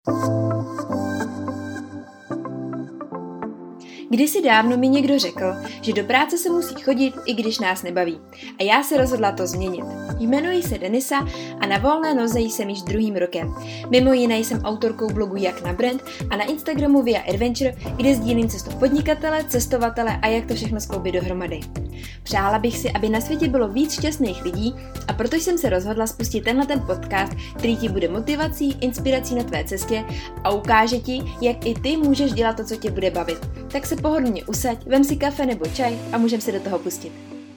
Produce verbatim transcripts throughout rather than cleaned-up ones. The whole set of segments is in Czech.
Kdysi dávno mi někdo řekl, že do práce se musí chodit, i když nás nebaví. A já se rozhodla to změnit. Jmenuji se Denisa a na volné noze jsem již druhým rokem. Mimo jiné jsem autorkou blogu Jak na brand a na Instagramu Via Adventure, kde sdílím cestu podnikatele, cestovatele a jak to všechno skloubit dohromady. Přála bych si, aby na světě bylo víc šťastných lidí, a proto jsem se rozhodla spustit tenhle ten podcast, který ti bude motivací, inspirací na tvé cestě a ukáže ti, jak i ty můžeš dělat to, co tě bude bavit. Tak se pohodlně usaď, vem si kafe nebo čaj a můžeme se do toho pustit.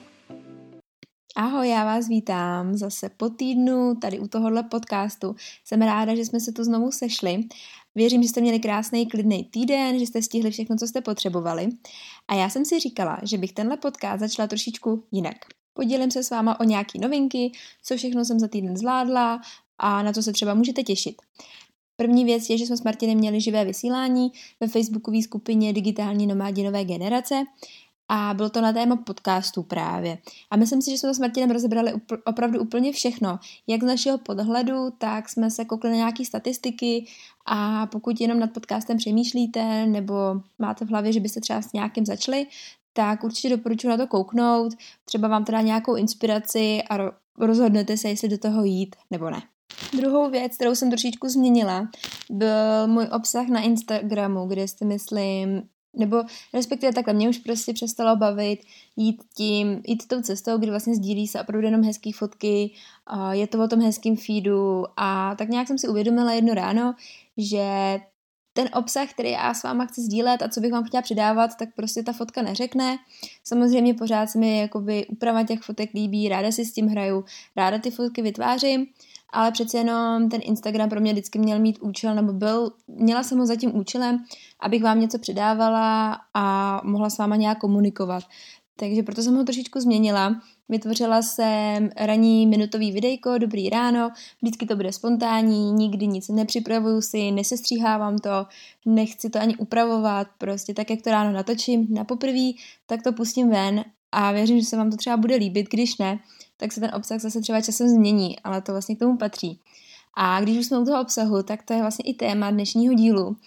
Ahoj, já vás vítám zase po týdnu tady u tohohle podcastu. Jsem ráda, že jsme se tu znovu sešli. Věřím, že jste měli krásný, klidný týden, že jste stihli všechno, co jste potřebovali. A já jsem si říkala, že bych tenhle podcast začala trošičku jinak. Podělím se s váma o nějaký novinky, co všechno jsem za týden zvládla a na co se třeba můžete těšit. První věc je, že jsme s Martinem měli živé vysílání ve facebookové skupině Digitální nomádi nové generace a bylo to na téma podcastů právě. A myslím si, že jsme s Martinem rozebrali upl- opravdu úplně všechno, jak z našeho podhledu, tak jsme se koukli na nějaké statistiky a pokud jenom nad podcastem přemýšlíte nebo máte v hlavě, že byste třeba s nějakým začali, tak určitě doporučuji na to kouknout, třeba vám to dá nějakou inspiraci a ro- rozhodnete se, jestli do toho jít nebo ne. Druhou věc, kterou jsem trošičku změnila, byl můj obsah na Instagramu, kde si myslím, nebo respektive takhle, mě už prostě přestalo bavit jít tím, jít tou cestou, kdy vlastně sdílí se opravdu jenom hezký fotky, je to o tom hezkým feedu a tak nějak jsem si uvědomila jedno ráno, že ten obsah, který já s váma chci sdílet a co bych vám chtěla předávat, tak prostě ta fotka neřekne. Samozřejmě pořád se mi jakoby úprava těch fotek líbí, ráda si s tím hraju, ráda ty fotky vytvářím, ale přece jenom ten Instagram pro mě vždycky měl mít účel, nebo byl, měla jsem ho za tím účelem, abych vám něco předávala a mohla s váma nějak komunikovat. Takže proto jsem ho trošičku změnila. Vytvořila jsem ranní minutový videjko, dobrý ráno, vždycky to bude spontánní, nikdy nic nepřipravuju si, nesestříhávám to, nechci to ani upravovat, prostě tak, jak to ráno natočím na poprví, tak to pustím ven a věřím, že se vám to třeba bude líbit, když ne, tak se ten obsah zase třeba časem změní, ale to vlastně k tomu patří. A když už jsme u toho obsahu, tak to je vlastně i téma dnešního dílu.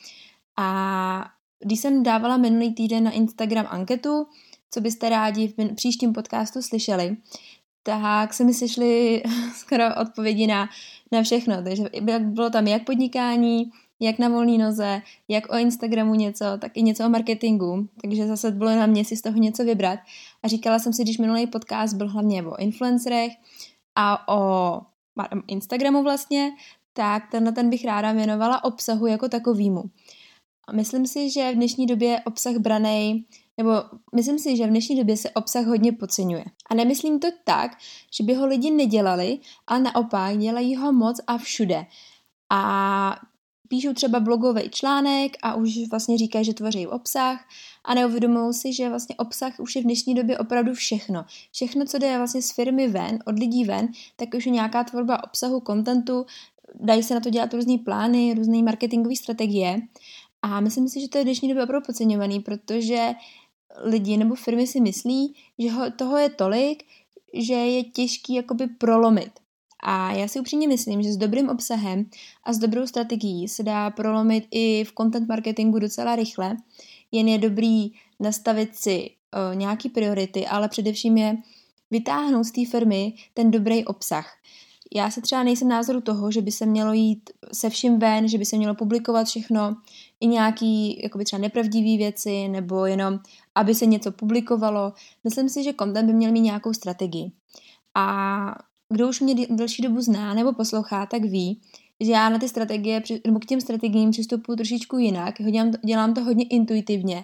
A když jsem dávala minulý týden na Instagram anketu, co byste rádi v příštím podcastu slyšeli, tak se mi sešly skoro odpovědi na, na všechno. Takže bylo tam jak podnikání, jak na volné noze, jak o Instagramu něco, tak i něco o marketingu. Takže zase bylo na mě si z toho něco vybrat. A říkala jsem si, když minulý podcast byl hlavně o influencerech a o Instagramu vlastně, tak tenhle ten bych ráda věnovala obsahu jako takovýmu. A myslím si, že v dnešní době obsah branej Nebo myslím si, že v dnešní době se obsah hodně podceňuje. A nemyslím to tak, že by ho lidi nedělali, ale naopak dělají ho moc a všude. A píšou třeba blogový článek a už vlastně říkají, že tvoří obsah a neuvědomují si, že vlastně obsah už je v dnešní době opravdu všechno. Všechno, co jde vlastně z firmy ven, od lidí ven, tak už je nějaká tvorba obsahu, kontentu, dají se na to dělat různý plány, různé marketingové strategie. A myslím si, že to je v dnešní době opravdu podceňovaný, protože lidi nebo firmy si myslí, že ho, toho je tolik, že je těžký jakoby prolomit. A já si upřímně myslím, že s dobrým obsahem a s dobrou strategií se dá prolomit i v content marketingu docela rychle. Jen je dobrý nastavit si o, nějaký priority, ale především je vytáhnout z té firmy ten dobrý obsah. Já se třeba nejsem názoru toho, že by se mělo jít se vším ven, že by se mělo publikovat všechno, i nějaký jakoby třeba nepravdivý věci, nebo jenom, aby se něco publikovalo. Myslím si, že content by měl mít nějakou strategii. A kdo už mě delší dobu zná nebo poslouchá, tak ví, že já na ty strategie, nebo k těm strategiím přistupuji trošičku jinak. Dělám to, dělám to hodně intuitivně,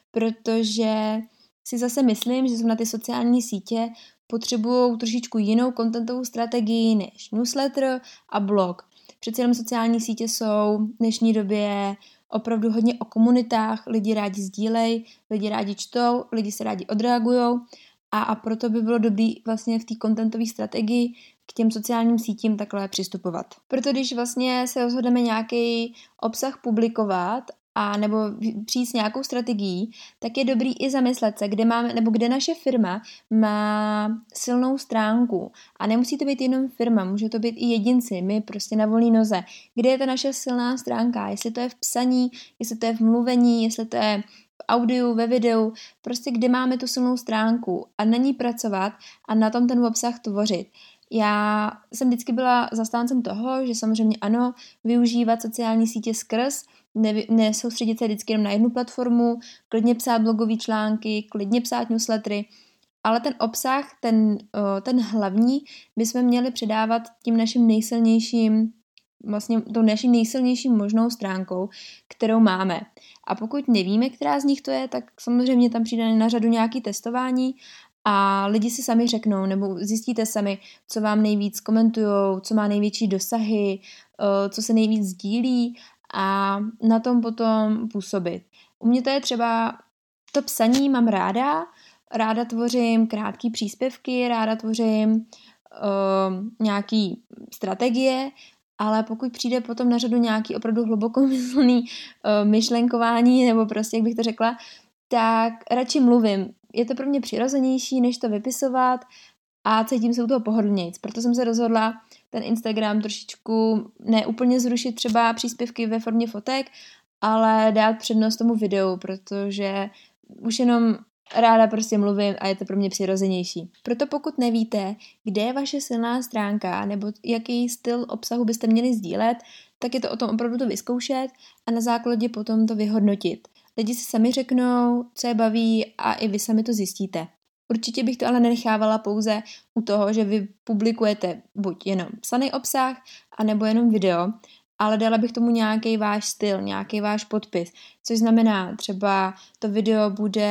protože si zase myslím, že jsou na ty sociální sítě potřebují trošičku jinou contentovou strategii než newsletter a blog. Přece jenom sociální sítě jsou v dnešní době opravdu hodně o komunitách, lidi rádi sdílej, lidi rádi čtou, lidi se rádi odreagujou a, a proto by bylo dobré vlastně v té contentové strategii k těm sociálním sítím takhle přistupovat. Proto když vlastně se rozhodneme nějaký obsah publikovat a nebo přijít s nějakou strategií, tak je dobrý i zamyslet se, kde máme, nebo kde naše firma má silnou stránku. A nemusí to být jenom firma, může to být i jedinci, my prostě na volné noze. Kde je ta naše silná stránka? Jestli to je v psaní, jestli to je v mluvení, jestli to je v audiu, ve videu, prostě kde máme tu silnou stránku a na ní pracovat a na tom ten obsah tvořit. Já jsem vždycky byla zastáncem toho, že samozřejmě ano, využívat sociální sítě skrz, ne, nesoustředit se vždycky jenom na jednu platformu, klidně psát blogové články, klidně psát newslettery, ale ten obsah, ten, ten hlavní, bychom měli předávat tím naším nejsilnějším, vlastně tou naší nejsilnější možnou stránkou, kterou máme. A pokud nevíme, která z nich to je, tak samozřejmě tam přijde na řadu nějaké testování a lidi si sami řeknou, nebo zjistíte sami, co vám nejvíc komentujou, co má největší dosahy, co se nejvíc sdílí a na tom potom působit. U mě to je třeba to psaní mám ráda, ráda tvořím krátké příspěvky, ráda tvořím uh, nějaký strategie, ale pokud přijde potom na řadu nějaký opravdu hlubokomyslný uh, myšlenkování, nebo prostě, jak bych to řekla, tak radši mluvím. Je to pro mě přirozenější, než to vypisovat a cítím se u toho pohodlnějc. Proto jsem se rozhodla ten Instagram trošičku ne úplně zrušit třeba příspěvky ve formě fotek, ale dát přednost tomu videu, protože už jenom ráda prostě mluvím a je to pro mě přirozenější. Proto pokud nevíte, kde je vaše silná stránka nebo jaký styl obsahu byste měli sdílet, tak je to o tom opravdu to vyzkoušet a na základě potom to vyhodnotit. Lidi si sami řeknou, co je baví a i vy sami to zjistíte. Určitě bych to ale nenechávala pouze u toho, že vy publikujete buď jenom psaný obsah, anebo jenom video, ale dala bych tomu nějaký váš styl, nějaký váš podpis, což znamená třeba to video bude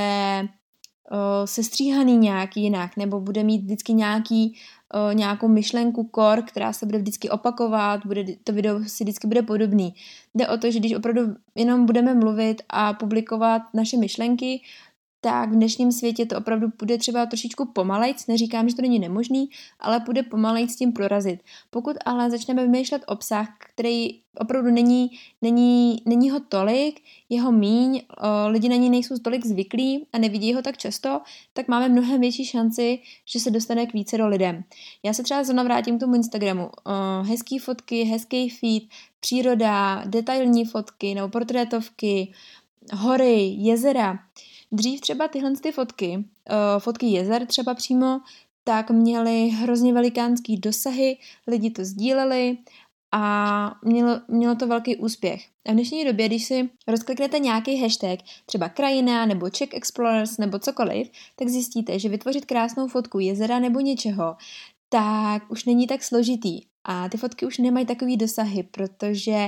o, sestříhaný nějak jinak, nebo bude mít vždycky nějaký, o, nějakou myšlenku core, která se bude vždycky opakovat, bude, to video si vždycky bude podobný. Jde o to, že když opravdu jenom budeme mluvit a publikovat naše myšlenky, tak v dnešním světě to opravdu půjde třeba trošičku pomalejc, neříkám, že to není nemožný, ale půjde pomalejc s tím prorazit. Pokud ale začneme vymýšlet obsah, který opravdu není, není, není ho tolik, jeho míň, o, lidi na něj nejsou tolik zvyklí a nevidí ho tak často, tak máme mnohem větší šanci, že se dostane k více do lidem. Já se třeba zrovna vrátím k tomu Instagramu. O, hezký fotky, hezký feed, příroda, detailní fotky nebo portrétovky, hory, jezera. Dřív třeba tyhle ty fotky, uh, fotky jezer třeba přímo, tak měly hrozně velikánský dosahy, lidi to sdíleli a mělo, mělo to velký úspěch. A v dnešní době, když si rozkliknete nějaký hashtag, třeba krajina nebo Czech Explorers nebo cokoliv, tak zjistíte, že vytvořit krásnou fotku jezera nebo něčeho, tak už není tak složitý. A ty fotky už nemají takový dosahy, protože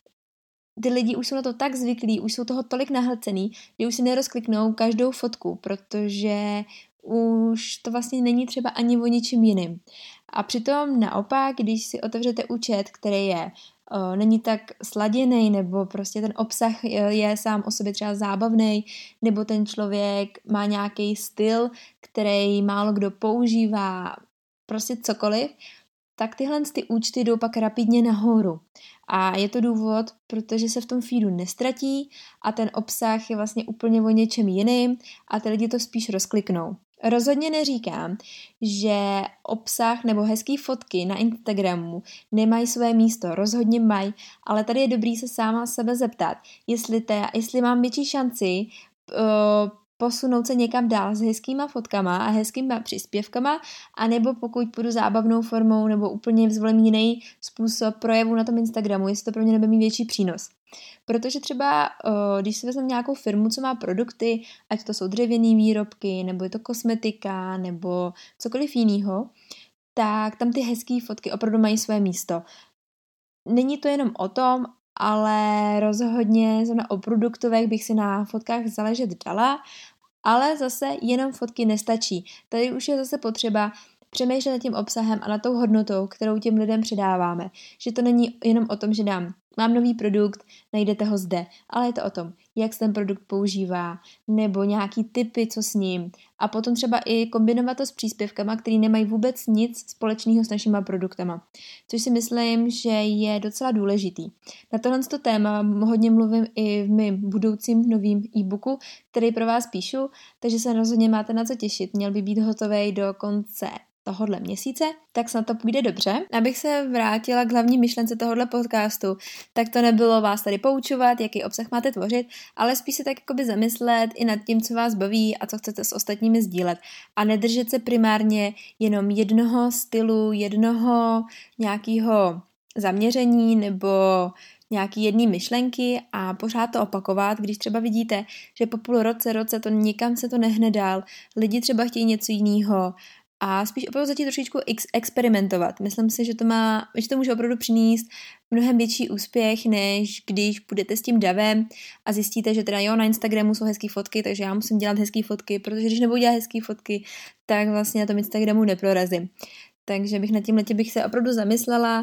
ty lidi už jsou na to tak zvyklí, už jsou toho tolik nahlcený, že už si nerozkliknou každou fotku, protože už to vlastně není třeba ani o ničem jiným. A přitom naopak, když si otevřete účet, který je o, není tak sladěný, nebo prostě ten obsah je, je sám o sobě třeba zábavný, nebo ten člověk má nějaký styl, který málo kdo používá, prostě cokoliv, tak tyhle ty účty jdou pak rapidně nahoru. A je to důvod, protože se v tom feedu nestratí a ten obsah je vlastně úplně o něčem jiným a ty lidi to spíš rozkliknou. Rozhodně neříkám, že obsah nebo hezký fotky na Instagramu nemají své místo, rozhodně mají, ale tady je dobrý se sama sebe zeptat, jestli, te, jestli mám větší šanci uh, posunout se někam dál s hezkýma fotkama a hezkýma příspěvkama, anebo pokud půjdu zábavnou formou nebo úplně zvolím jiný způsob projevu na tom Instagramu, jestli to pro mě nebude mít větší přínos. Protože třeba, když si vezmeme nějakou firmu, co má produkty, ať to jsou dřevěné výrobky, nebo je to kosmetika, nebo cokoliv jiného, tak tam ty hezké fotky opravdu mají své místo. Není to jenom o tom, ale rozhodně o produktovech bych si na fotkách záležet dala, ale zase jenom fotky nestačí. Tady už je zase potřeba přemýšlet nad tím obsahem a nad tou hodnotou, kterou těm lidem předáváme. Že to není jenom o tom, že dám mám nový produkt, najdete ho zde, ale je to o tom, jak se ten produkt používá, nebo nějaký tipy, co s ním. A potom třeba i kombinovat to s příspěvkama, které nemají vůbec nic společného s našima produktama. Což si myslím, že je docela důležitý. Na tohle téma hodně mluvím i v mém budoucím novým e-booku, který pro vás píšu, takže se rozhodně máte na co těšit. Měl by být hotový do konce tohodle měsíce, tak snad to půjde dobře. Abych se vrátila k hlavní myšlence tohodle podcastu, tak to nebylo vás tady poučovat, jaký obsah máte tvořit, ale spíš se tak jakoby zamyslet i nad tím, co vás baví a co chcete s ostatními sdílet. A nedržet se primárně jenom jednoho stylu, jednoho nějakého zaměření nebo nějaký jedný myšlenky a pořád to opakovat, když třeba vidíte, že po půl roce, roce to nikam se to nehne dál, lidi třeba chtějí něco jiného, a spíš opravdu začít trošičku ex- experimentovat. Myslím si, že to má, že to může opravdu přinést mnohem větší úspěch, než když půjdete s tím davem a zjistíte, že teda jo, na Instagramu jsou hezký fotky, takže já musím dělat hezký fotky, protože když nebudu dělat hezký fotky, tak vlastně na tom Instagramu neprorazím. Takže bych na tím letě bych se opravdu zamyslela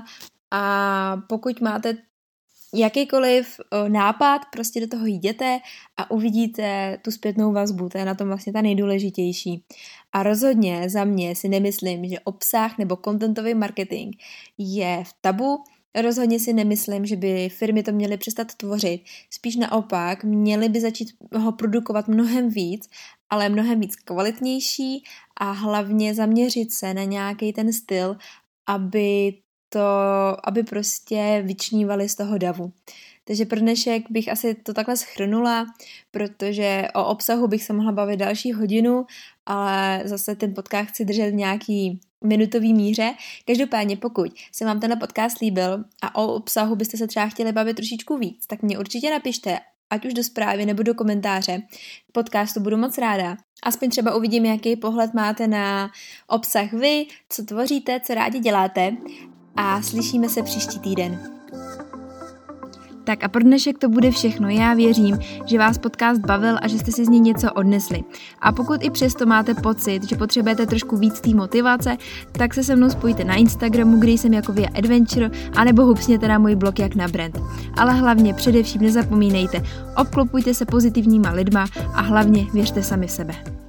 a pokud máte jakýkoliv nápad, prostě do toho jděte a uvidíte tu zpětnou vazbu, to je na tom vlastně ta nejdůležitější. A rozhodně za mě si nemyslím, že obsah nebo contentový marketing je v tabu, rozhodně si nemyslím, že by firmy to měly přestat tvořit, spíš naopak, měly by začít ho produkovat mnohem víc, ale mnohem víc kvalitnější a hlavně zaměřit se na nějaký ten styl, aby to, aby prostě vyčnívali z toho davu. Takže pro dnešek bych asi to takhle shrnula, protože o obsahu bych se mohla bavit další hodinu, ale zase ten podcast chci držet v nějaký minutový míře. Každopádně pokud se vám tenhle podcast líbil a o obsahu byste se třeba chtěli bavit trošičku víc, tak mě určitě napište, ať už do zprávy nebo do komentáře. V podcastu budu moc ráda. Aspoň třeba uvidím, jaký pohled máte na obsah vy, co tvoříte, co rádi děláte. A slyšíme se příští týden. Tak a pro dnešek to bude všechno. Já věřím, že vás podcast bavil a že jste si z něj něco odnesli. A pokud i přesto máte pocit, že potřebujete trošku víc té motivace, tak se se mnou spojte na Instagramu, kde jsem jako Via Adventure, anebo hupsněte na můj blog Jak na brand. Ale hlavně především nezapomínejte, obklopujte se pozitivníma lidma a hlavně věřte sami v sebe.